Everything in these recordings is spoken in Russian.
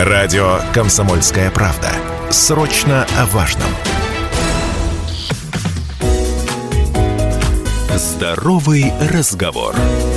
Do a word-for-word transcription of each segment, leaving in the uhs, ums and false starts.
Радио «Комсомольская правда». Срочно о важном. Здоровый разговор.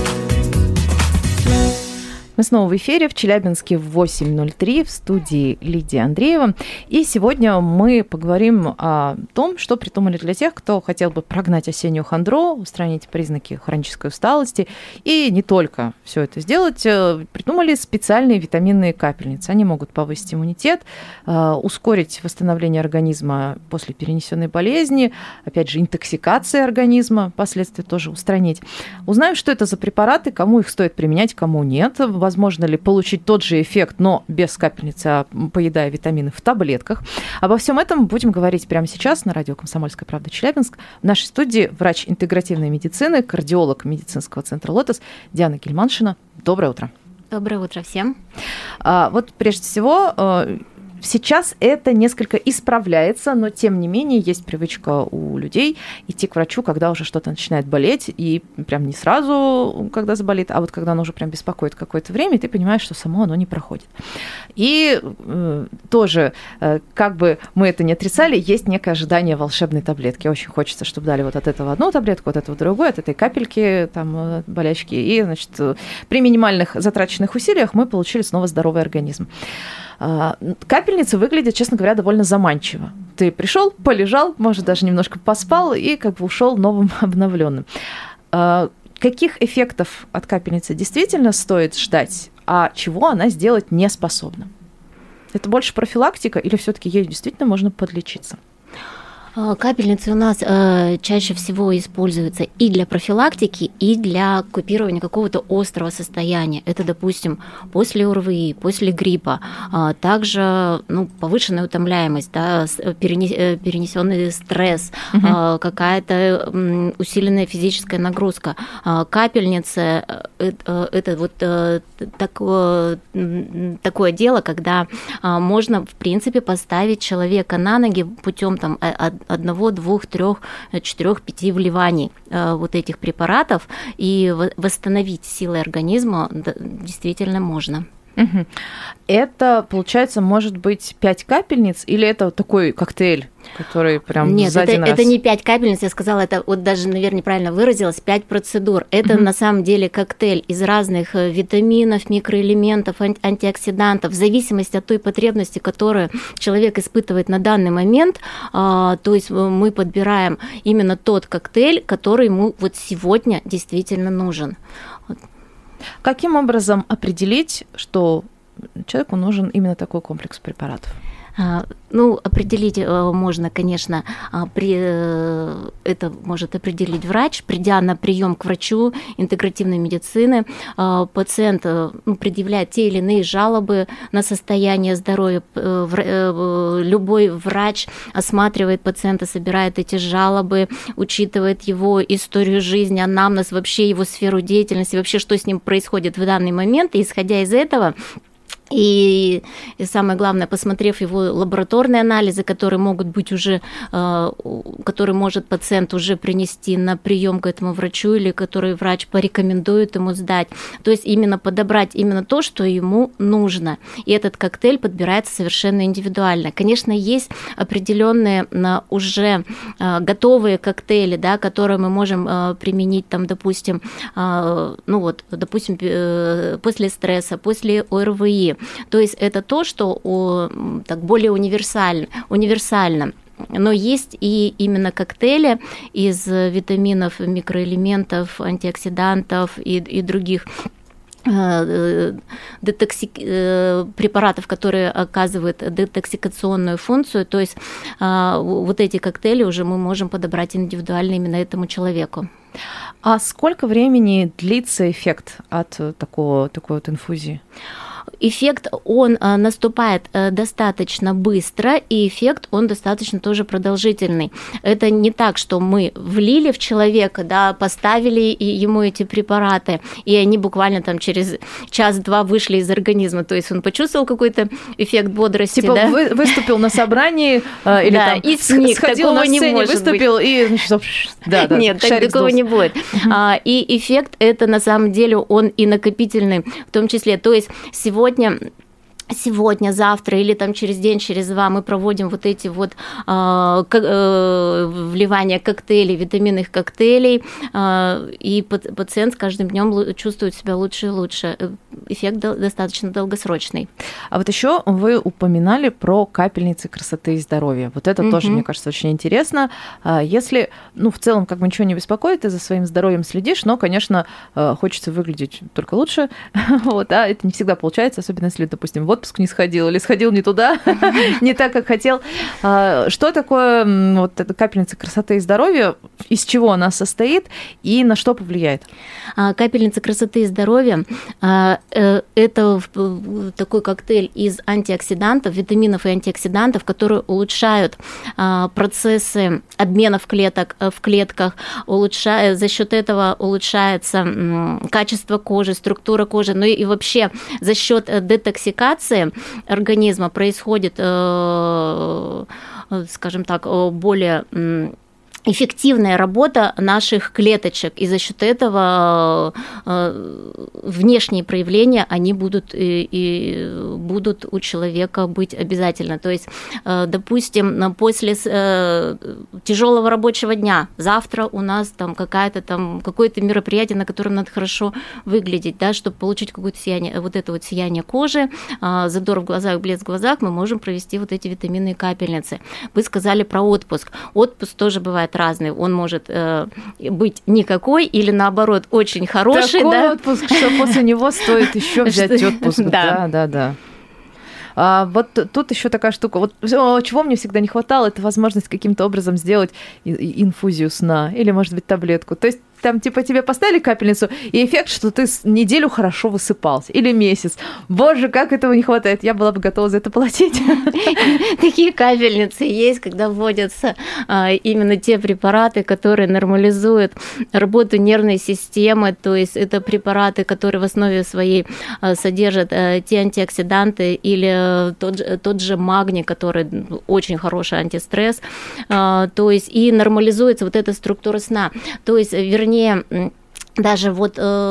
Мы снова в эфире в Челябинске в восемь ноль три в студии Лидия Андреева. И сегодня мы поговорим о том, что придумали для тех, кто хотел бы прогнать осеннюю хандру, устранить признаки хронической усталости. И не только все это сделать, придумали специальные витаминные капельницы. Они могут повысить иммунитет, ускорить восстановление организма после перенесенной болезни, опять же, интоксикации организма, последствия тоже устранить. Узнаем, что это за препараты, кому их стоит применять, кому нет. Возможно ли получить тот же эффект, но без капельницы, а поедая витамины в таблетках. Обо всем этом будем говорить прямо сейчас на радио «Комсомольская правда» Челябинск. В нашей студии врач интегративной медицины, кардиолог медицинского центра «Лотос» Диана Гельманшина. Доброе утро. Доброе утро всем. А, вот прежде всего... Сейчас это несколько исправляется, но тем не менее есть привычка у людей идти к врачу, когда уже что-то начинает болеть, и прям не сразу, когда заболит, а вот когда оно уже прям беспокоит какое-то время, и ты понимаешь, что само оно не проходит. И э, тоже, э, как бы мы это ни отрицали, есть некое ожидание волшебной таблетки. Очень хочется, чтобы дали вот от этого одну таблетку, от этого другую, от этой капельки, там, болячки, и, значит, при минимальных затраченных усилиях мы получили снова здоровый организм. Капельницы выглядят, честно говоря, довольно заманчиво. Ты пришел, полежал, может, даже немножко поспал и как бы ушел новым, обновленным. Каких эффектов от капельницы действительно стоит ждать, а чего она сделать не способна? Это больше профилактика или все-таки ей действительно можно подлечиться? Капельницы у нас э, чаще всего используются и для профилактики, и для купирования какого-то острого состояния. Это, допустим, после ОРВИ, после гриппа. А также ну, повышенная утомляемость, да, перенес, перенесенный стресс, угу. а, какая-то м, усиленная физическая нагрузка. А, капельницы это, это вот а, такое, такое дело, когда а, можно, в принципе, поставить человека на ноги путем там, одного, двух, трех, четырех, пяти вливаний э, вот этих препаратов, и восстановить силы организма действительно можно. Угу. Это, получается, может быть пять капельниц, или это такой коктейль, который прям Нет, за это, один раз? это не пять капельниц, я сказала, это вот даже, наверное, неправильно выразилась, пять процедур. Это угу. на самом деле коктейль из разных витаминов, микроэлементов, антиоксидантов, в зависимости от той потребности, которую человек испытывает на данный момент. То есть мы подбираем именно тот коктейль, который ему вот сегодня действительно нужен. Каким образом определить, что человеку нужен именно такой комплекс препаратов? Ну, определить можно, конечно, при, это может определить врач, придя на прием к врачу интегративной медицины. Пациент ну, предъявляет те или иные жалобы на состояние здоровья. Любой врач осматривает пациента, собирает эти жалобы, учитывает его историю жизни, анамнез, вообще его сферу деятельности, вообще что с ним происходит в данный момент. И исходя из этого, И, и самое главное, посмотрев его лабораторные анализы, которые могут быть уже, которые может пациент уже принести на прием к этому врачу или который врач порекомендует ему сдать. То есть именно подобрать именно то, что ему нужно. И этот коктейль подбирается совершенно индивидуально. Конечно, есть определенные уже готовые коктейли, да, которые мы можем применить, там, допустим, ну вот, допустим, после стресса, после ОРВИ. То есть это то, что о, так, более универсально, универсально. Но есть и именно коктейли из витаминов, микроэлементов, антиоксидантов и, и других детокси... препаратов, которые оказывают детоксикационную функцию. То есть вот эти коктейли уже мы можем подобрать индивидуально именно этому человеку. А сколько времени длится эффект от такого, такой вот инфузии? Эффект, он наступает достаточно быстро, и эффект, он достаточно тоже продолжительный. Это не так, что мы влили в человека, да, поставили ему эти препараты, и они буквально там через час-два вышли из организма. То есть он почувствовал какой-то эффект бодрости, типа да? Вы, выступил на собрании или да, там и сник, сходил на сцене, выступил быть. и... Значит, да, да, Нет, так, такого не будет. Uh-huh. И эффект, это на самом деле он и накопительный в том числе. То есть сегодня сегодня, завтра или там через день, через два мы проводим вот эти вот э, э, вливания коктейлей, витаминных коктейлей, э, и пациент с каждым днем чувствует себя лучше и лучше. Эффект достаточно долгосрочный. А вот еще вы упоминали про капельницы красоты и здоровья. Вот это mm-hmm. тоже, мне кажется, очень интересно. Если, ну, в целом, как бы ничего не беспокоит, ты за своим здоровьем следишь, но, конечно, хочется выглядеть только лучше, вот, а это не всегда получается, особенно если, допустим, в отпуск не сходил или сходил не туда, не так, как хотел. Что такое вот эта капельница красоты и здоровья, из чего она состоит и на что повлияет? Капельница красоты и здоровья – это такой коктейль из антиоксидантов, витаминов и антиоксидантов, которые улучшают процессы обменов клеток в клетках, улучшают, за счет этого улучшается качество кожи, структура кожи, ну и вообще за счет детоксикации организма происходит, скажем так, более эффективная работа наших клеточек, и за счет этого внешние проявления, они будут, и, и будут у человека быть обязательно. То есть, допустим, после тяжелого рабочего дня, завтра у нас там какая-то там какое-то мероприятие, на котором надо хорошо выглядеть, да, чтобы получить какое-то сияние, вот это вот сияние кожи, задор в глазах, блеск в глазах, мы можем провести вот эти витаминные капельницы. Вы сказали про отпуск. Отпуск тоже бывает разный. Он может э, быть никакой или, наоборот, очень хороший. Такой да? отпуск, что после него стоит еще взять отпуск. Да, да, да. А вот тут еще такая штука. Вот чего мне всегда не хватало, это возможность каким-то образом сделать инфузию сна или, может быть, таблетку. То есть там типа тебе поставили капельницу, и эффект, что ты неделю хорошо высыпался, или месяц. Боже, как этого не хватает. Я была бы готова за это платить. Такие капельницы есть, когда вводятся именно те препараты, которые нормализуют работу нервной системы, то есть это препараты, которые в основе своей содержат те антиоксиданты или тот же, тот же магний, который очень хороший антистресс, то есть и нормализуется вот эта структура сна. То есть, вернее, даже вот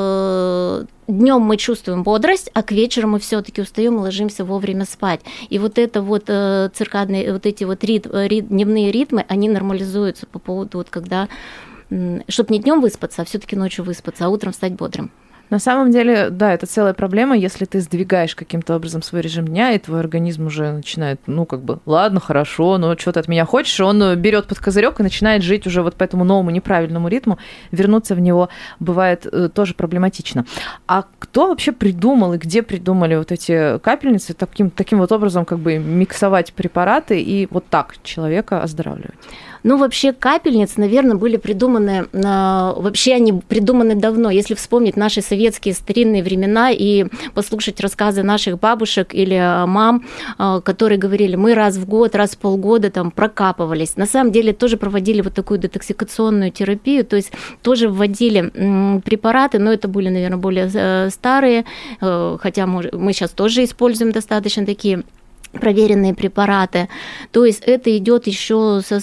э, днем мы чувствуем бодрость, а к вечеру мы все-таки устаем и ложимся вовремя спать. И вот это вот э, циркадные, вот эти вот рит, рит, дневные ритмы, они нормализуются по поводу вот когда, э, чтобы не днем выспаться, а все-таки ночью выспаться, а утром стать бодрым. На самом деле, да, это целая проблема, если ты сдвигаешь каким-то образом свой режим дня, и твой организм уже начинает, ну, как бы, ладно, хорошо, но что ты от меня хочешь, он берет под козырек и начинает жить уже вот по этому новому неправильному ритму, вернуться в него бывает тоже проблематично. А кто вообще придумал и где придумали вот эти капельницы, таким, таким вот образом как бы миксовать препараты и вот так человека оздоравливать? Ну, вообще капельницы, наверное, были придуманы, вообще они придуманы давно. Если вспомнить наши советские старинные времена и послушать рассказы наших бабушек или мам, которые говорили, мы раз в год, раз в полгода там прокапывались. На самом деле тоже проводили вот такую детоксикационную терапию, то есть тоже вводили препараты, но это были, наверное, более старые, хотя мы сейчас тоже используем достаточно такие проверенные препараты. То есть это идет еще со,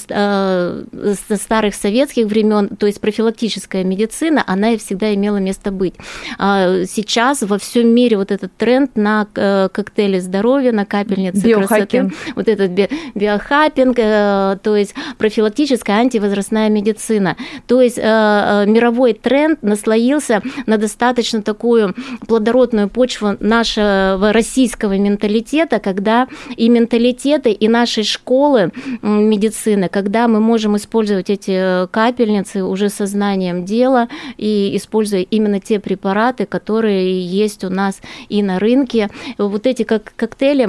со старых советских времен, то есть профилактическая медицина, она и всегда имела место быть. Сейчас во всем мире вот этот тренд на коктейли здоровья, на капельницы красоты, вот этот би- биохакинг, то есть профилактическая антивозрастная медицина. То есть мировой тренд наслоился на достаточно такую плодородную почву нашего российского менталитета, когда и менталитеты, и нашей школы медицины, когда мы можем использовать эти капельницы уже сознанием дела и используя именно те препараты, которые есть у нас и на рынке. Вот эти как коктейли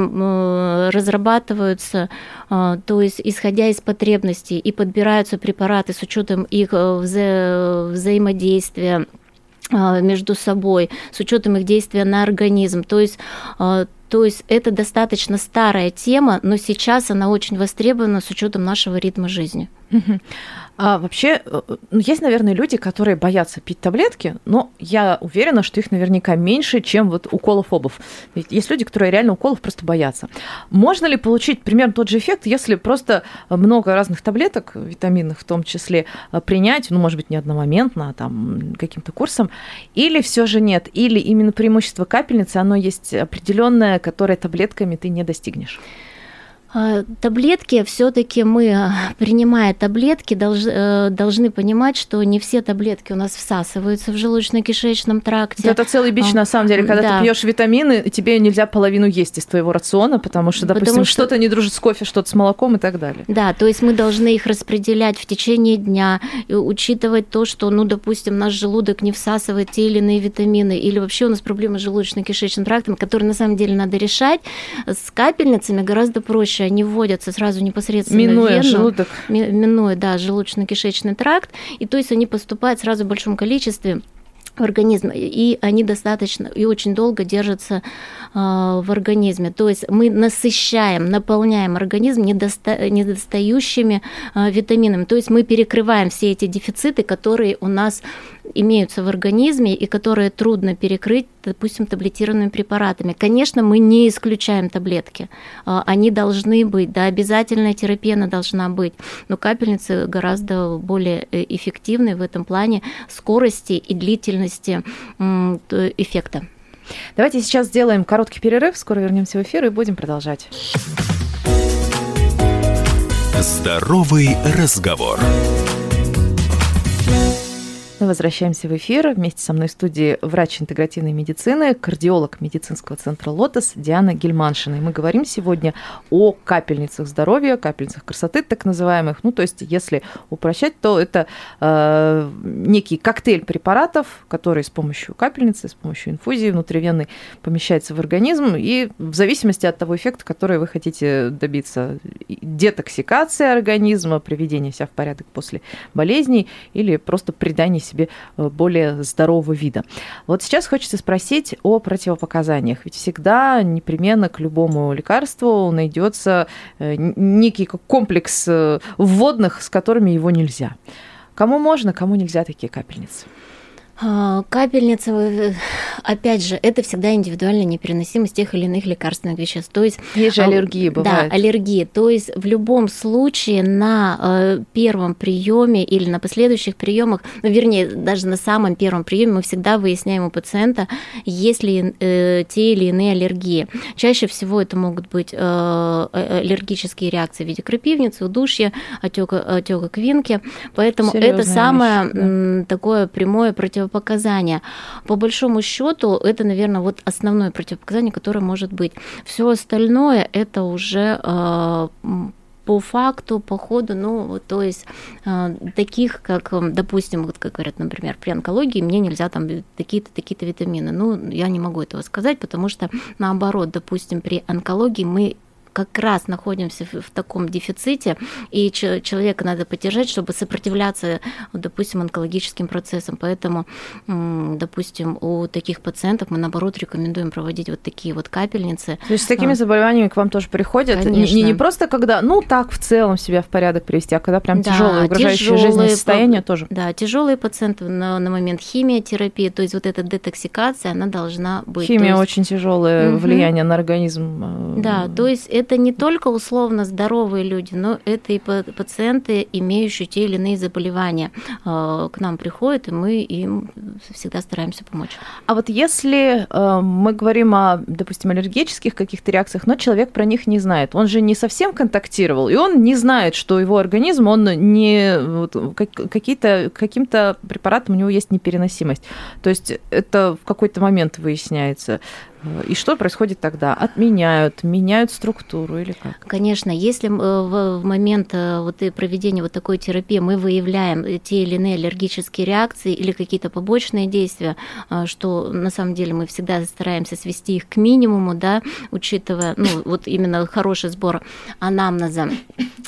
разрабатываются, то есть исходя из потребностей, и подбираются препараты с учетом их вза- взаимодействия между собой, с учетом их действия на организм. То есть То есть это достаточно старая тема, но сейчас она очень востребована с учетом нашего ритма жизни. А вообще, есть, наверное, люди, которые боятся пить таблетки, но я уверена, что их наверняка меньше, чем вот уколов-обов. Ведь есть люди, которые реально уколов просто боятся. Можно ли получить примерно тот же эффект, если просто много разных таблеток, витаминных в том числе, принять, ну, может быть, не одномоментно, а там каким-то курсом, или все же нет? Или именно преимущество капельницы, оно есть определенное, которое таблетками ты не достигнешь? Таблетки, все-таки мы, принимая таблетки, должны, должны понимать, что не все таблетки у нас всасываются в желудочно-кишечном тракте. Это целый бич, на самом деле, когда да. ты пьешь витамины, тебе нельзя половину есть из твоего рациона, потому что, допустим, потому что... что-то не дружит с кофе, что-то с молоком и так далее. Да, то есть мы должны их распределять в течение дня, и учитывать то, что, ну, допустим, наш желудок не всасывает те или иные витамины, или вообще у нас проблемы с желудочно-кишечным трактом, которые на самом деле надо решать. С капельницами гораздо проще. Они вводятся сразу непосредственно минуя в вену, желудок. Минуя, да, желудочно-кишечный тракт, и то есть они поступают сразу в большом количестве в организм, и они достаточно и очень долго держатся э, в организме. То есть мы насыщаем, наполняем организм недоста- недостающими э, витаминами. То есть мы перекрываем все эти дефициты, которые у нас имеются в организме и которые трудно перекрыть, допустим, таблетированными препаратами. Конечно, мы не исключаем таблетки. Э, они должны быть, да, обязательная терапия она должна быть, но капельницы гораздо более эффективны в этом плане скорости и длительности эффекта. Давайте сейчас сделаем короткий перерыв, скоро вернемся в эфир и будем продолжать. Здоровый разговор. Мы возвращаемся в эфир. Вместе со мной в студии врач интегративной медицины, кардиолог медицинского центра «Лотос» Диана Гельманшина. И мы говорим сегодня о капельницах здоровья, капельницах красоты, так называемых. Ну, то есть, если упрощать, то это э, некий коктейль препаратов, который с помощью капельницы, с помощью инфузии внутривенной помещается в организм. И в зависимости от того эффекта, который вы хотите добиться, детоксикация организма, приведение себя в порядок после болезней или просто придание себе себе более здорового вида. Вот сейчас хочется спросить о противопоказаниях. Ведь всегда непременно к любому лекарству найдется некий комплекс вводных, с которыми его нельзя. Кому можно, кому нельзя такие капельницы? Капельница, опять же, это всегда индивидуальная непереносимость тех или иных лекарственных веществ. То есть, есть же аллергии, бывают. Да, аллергии. То есть в любом случае на первом приеме или на последующих приемах, ну, вернее, даже на самом первом приеме мы всегда выясняем у пациента, есть ли э, те или иные аллергии. Чаще всего это могут быть э, аллергические реакции в виде крапивницы, удушья, отека, отека квинки. Поэтому серьезная это самое вещь, да. такое прямое противопоказание. Показания. По большому счету, это, наверное, вот основное противопоказание, которое может быть. Все остальное это уже э, по факту, по ходу, ну, то есть э, таких, как, допустим, вот как говорят, например, при онкологии мне нельзя там такие-то, такие-то витамины. Ну, я не могу этого сказать, потому что, наоборот, допустим, при онкологии мы как раз находимся в таком дефиците, и человека надо поддержать, чтобы сопротивляться, допустим, онкологическим процессам. Поэтому, допустим, у таких пациентов мы, наоборот, рекомендуем проводить вот такие вот капельницы. То есть с такими заболеваниями к вам тоже приходят? Не, не просто когда, ну, так в целом себя в порядок привести, а когда прям да, тяжелые, угрожающие жизни состояния тоже? Да, тяжелые пациенты на, на момент химиотерапии, то есть вот эта детоксикация, она должна быть. Химия есть... очень тяжелое угу. влияние на организм. Да, то есть это не только условно здоровые люди, но это и пациенты, имеющие те или иные заболевания, к нам приходят, и мы им всегда стараемся помочь. А вот если мы говорим о, допустим, аллергических каких-то реакциях, но человек про них не знает, он же не совсем контактировал, и он не знает, что его организм, он не вот, какие-то, каким-то препаратам у него есть непереносимость. То есть это в какой-то момент выясняется. И что происходит тогда? Отменяют, меняют структуру или как? Конечно, если в момент вот проведения вот такой терапии мы выявляем те или иные аллергические реакции или какие-то побочные действия, что на самом деле мы всегда стараемся свести их к минимуму, да, учитывая, ну, вот именно хороший сбор анамнеза,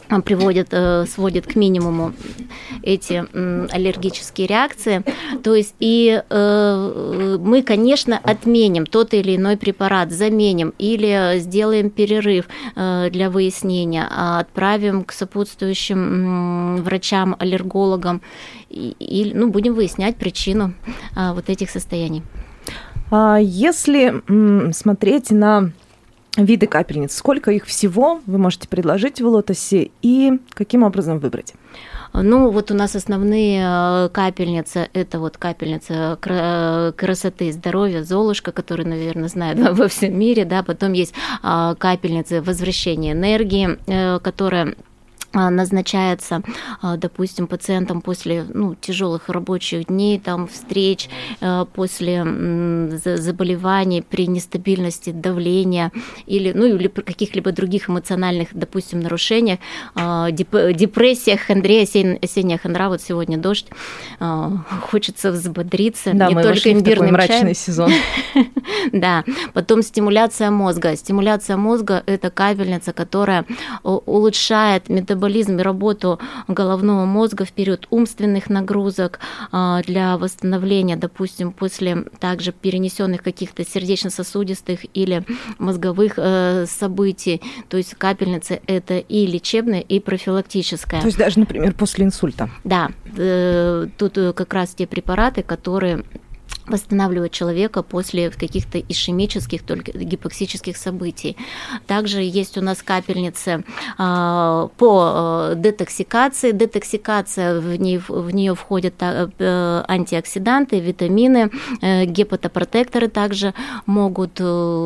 приводит, сводит к минимуму эти аллергические реакции. То есть и мы, конечно, отменим тот или иной препарат, заменим или сделаем перерыв для выяснения, отправим к сопутствующим врачам, аллергологам и, ну, будем выяснять причину вот этих состояний. Если смотреть на виды капельниц, сколько их всего вы можете предложить в Лотосе и каким образом выбрать? Ну, вот у нас основные капельницы, это вот капельница красоты и здоровья, Золушка, которую, наверное, знают во всем мире, да, потом есть капельница возвращения энергии, которая назначается, допустим, пациентам после, ну, тяжелых рабочих дней, там, встреч, после заболеваний, при нестабильности давления или, ну, или при каких-либо других эмоциональных, допустим, нарушениях, депрессиях, хандре, осенняя хандра, вот сегодня дождь, хочется взбодриться, да, не мы только имбирным в такой чаем. мрачный сезон. Да, потом стимуляция мозга. Стимуляция мозга – это капельница, которая улучшает метаболизм и работу головного мозга в период умственных нагрузок для восстановления, допустим, после также перенесенных каких-то сердечно-сосудистых или мозговых событий. То есть капельница – это и лечебная, и профилактическая. То есть даже, например, после инсульта. Да, тут как раз те препараты, которые восстанавливать человека после каких-то ишемических, только гипоксических событий. Также есть у нас капельницы по детоксикации. Детоксикация, в, ней, в нее входят антиоксиданты, витамины, гепатопротекторы также могут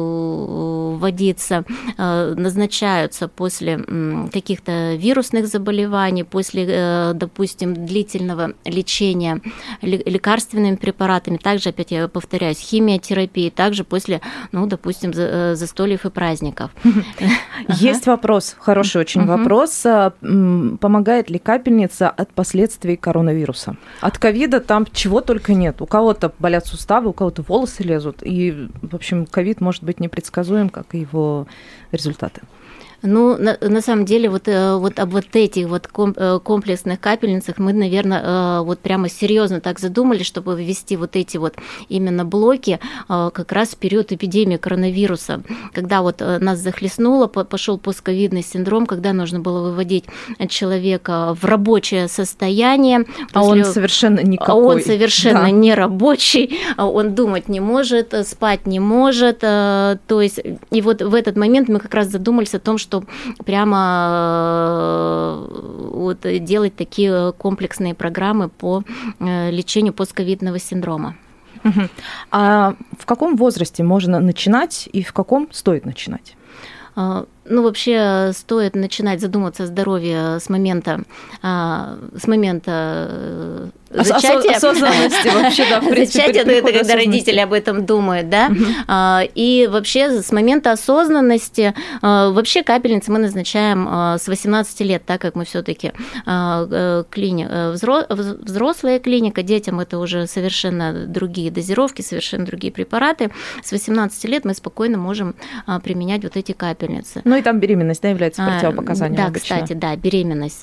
вводиться, назначаются после каких-то вирусных заболеваний, после, допустим, длительного лечения лекарственными препаратами. Также, опять я повторяюсь, химиотерапии, также после, ну, допустим, застольев и праздников. Есть вопрос, хороший очень вопрос. Помогает ли капельница от последствий коронавируса? От ковида там чего только нет. У кого-то болят суставы, у кого-то волосы лезут. И, в общем, ковид может быть непредсказуем, как и его результаты. Ну, на, на самом деле, вот, вот об вот этих вот комплексных капельницах мы, наверное, вот прямо серьезно так задумались, чтобы ввести вот эти вот именно блоки как раз в период эпидемии коронавируса, когда вот нас захлестнуло, пошел постковидный синдром, когда нужно было выводить человека в рабочее состояние. А после... он совершенно никакой. Он совершенно да. не рабочий, он думать не может, спать не может. То есть, и вот в этот момент мы как раз задумались о том, что что прямо вот делать такие комплексные программы по лечению постковидного синдрома. Угу. А в каком возрасте можно начинать и в каком стоит начинать? Ну, вообще стоит начинать задуматься о здоровье с момента, с момента зачатия. Осознанности вообще, да, в принципе. Зачатие – это когда родители об этом думают, да. Uh-huh. И вообще с момента осознанности, вообще капельницы мы назначаем с восемнадцати лет, так как мы все-таки клиника, взрослая клиника, детям это уже совершенно другие дозировки, совершенно другие препараты. С восемнадцати лет мы спокойно можем применять вот эти капельницы. Ну и там беременность, да, является противопоказанием Да, обычно. кстати, да, беременность –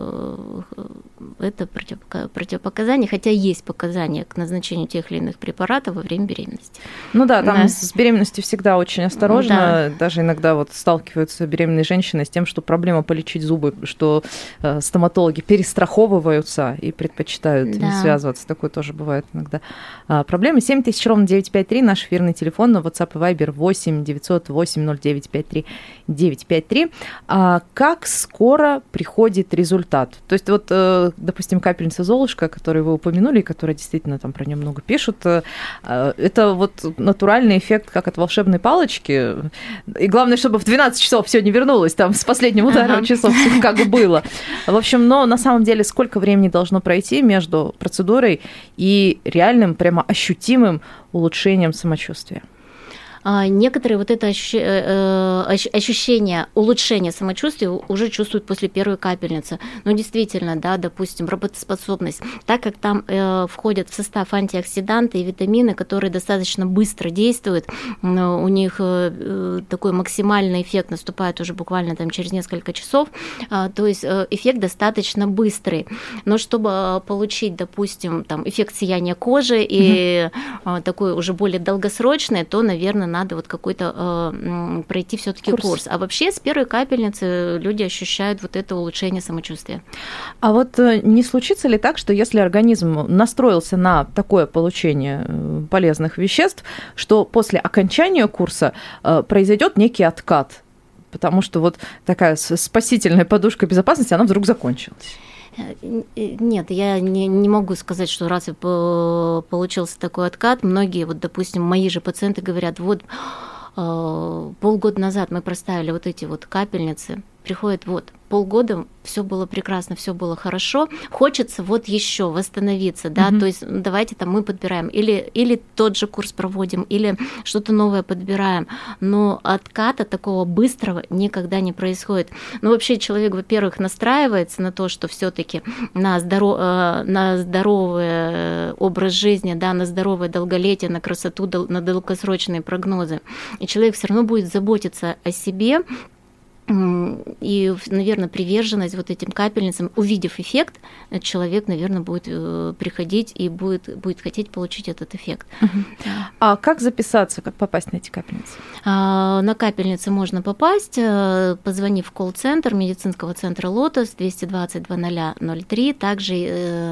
это противопоказание, хотя есть показания к назначению тех или иных препаратов во время беременности. Ну да, там да. с беременностью всегда очень осторожно. Да. Даже иногда вот сталкиваются беременные женщины с тем, что проблема полечить зубы, что стоматологи перестраховываются и предпочитают да. не связываться. Такое тоже бывает иногда. Проблемы. семь тысяч ровно девятьсот пятьдесят три, наш эфирный телефон, на WhatsApp и Viber восемь девятьсот восемь ноль девять пять три девять пять три. А как скоро приходит результат? То есть вот, допустим, капельница Золушка, которую вы упомянули, которая действительно там про нее много пишут, это вот натуральный эффект, как от волшебной палочки. И главное, чтобы в двенадцать часов все не вернулось, там с последним ударом ага. часов как было. В общем, но на самом деле сколько времени должно пройти между процедурой и реальным, прямо ощутимым улучшением самочувствия? Некоторые вот это ощущение улучшения самочувствия уже чувствуют после первой капельницы. Ну, действительно, да, допустим, работоспособность, так как там э, входят в состав антиоксиданты и витамины, которые достаточно быстро действуют, у них э, такой максимальный эффект наступает уже буквально там через несколько часов, э, то есть э, эффект достаточно быстрый. Но чтобы получить, допустим, там, эффект сияния кожи и mm-hmm. э, такой уже более долгосрочный, то, наверное, надо вот какой-то э, пройти все-таки курс. курс. А вообще с первой капельницы люди ощущают вот это улучшение самочувствия. А вот не случится ли так, что если организм настроился на такое получение полезных веществ, что после окончания курса э, произойдет некий откат? Потому что вот такая спасительная подушка безопасности, она вдруг закончилась. Нет, я не, не могу сказать, что раз и получился такой откат, многие, вот, допустим, мои же пациенты говорят, вот полгода назад мы проставили вот эти вот капельницы, приходит вот полгода, все было прекрасно, все было хорошо, хочется вот еще восстановиться, да, mm-hmm. то есть давайте там мы подбираем, или, или тот же курс проводим, или что-то новое подбираем, но отката такого быстрого никогда не происходит. Ну, вообще человек, во-первых, настраивается на то, что все-таки на, здоров... на здоровый образ жизни, да, на здоровое долголетие, на красоту, на долгосрочные прогнозы, и человек все равно будет заботиться о себе. И, наверное, приверженность вот этим капельницам, увидев эффект, человек, наверное, будет приходить и будет, будет хотеть получить этот эффект. Uh-huh. А как записаться, как попасть на эти капельницы? На капельницы можно попасть, позвонив в колл-центр медицинского центра «Лотос» двести двадцать двадцать ноль ноль три, также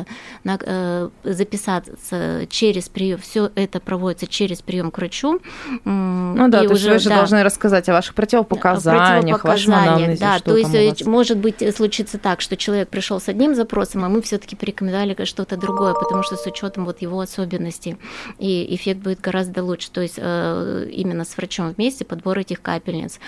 записаться через прием, все это проводится через прием к врачу. Ну да, и то уже, есть вы же да, должны рассказать о ваших противопоказаниях, вашем анамнезе, да, что то есть там у вас? Может быть случится так, что человек пришел с одним запросом, а мы все-таки порекомендовали что-то другое, потому что с учетом вот его особенностей и эффект будет гораздо лучше, то есть именно с врачом вместе подбор этих капельниц.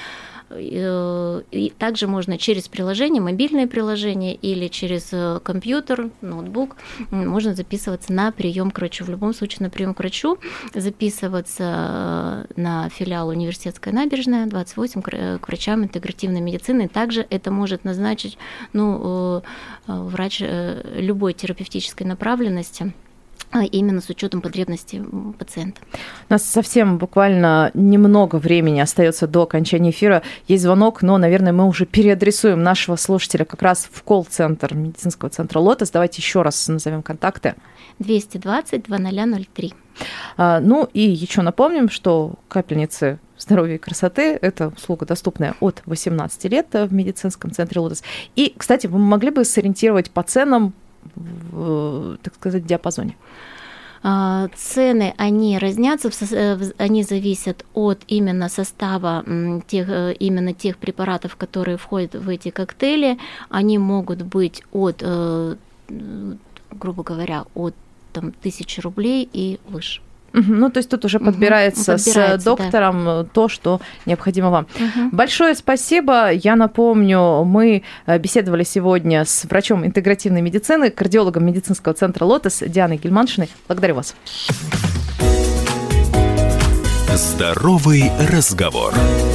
И также можно через приложение, мобильное приложение или через компьютер, ноутбук, можно записываться на прием к врачу. В любом случае на прием к врачу записываться на филиал Университетская набережная, двадцать восемь, к врачам интегративной медицины. Также это может назначить ну, врач любой терапевтической направленности, именно с учетом потребностей пациента. У нас совсем буквально немного времени остается до окончания эфира. Есть звонок, но, наверное, мы уже переадресуем нашего слушателя как раз в колл-центр медицинского центра «Лотос». Давайте еще раз назовем контакты. двести двадцать двадцать ноль ноль три. А, ну и еще напомним, что капельницы здоровья и красоты – это услуга, доступная от восемнадцати лет в медицинском центре «Лотос». И, кстати, вы могли бы сориентировать по ценам в, так сказать, диапазоне? Цены, они разнятся, они зависят от именно состава тех, именно тех препаратов, которые входят в эти коктейли. Они могут быть от, грубо говоря, от там, тысячи рублей и выше. Ну, то есть тут уже подбирается, угу, подбирается с доктором да. то, что необходимо вам. Угу. Большое спасибо. Я напомню, мы беседовали сегодня с врачом интегративной медицины, кардиологом медицинского центра «Лотос» Дианой Гельманшиной. Благодарю вас. Здоровый разговор.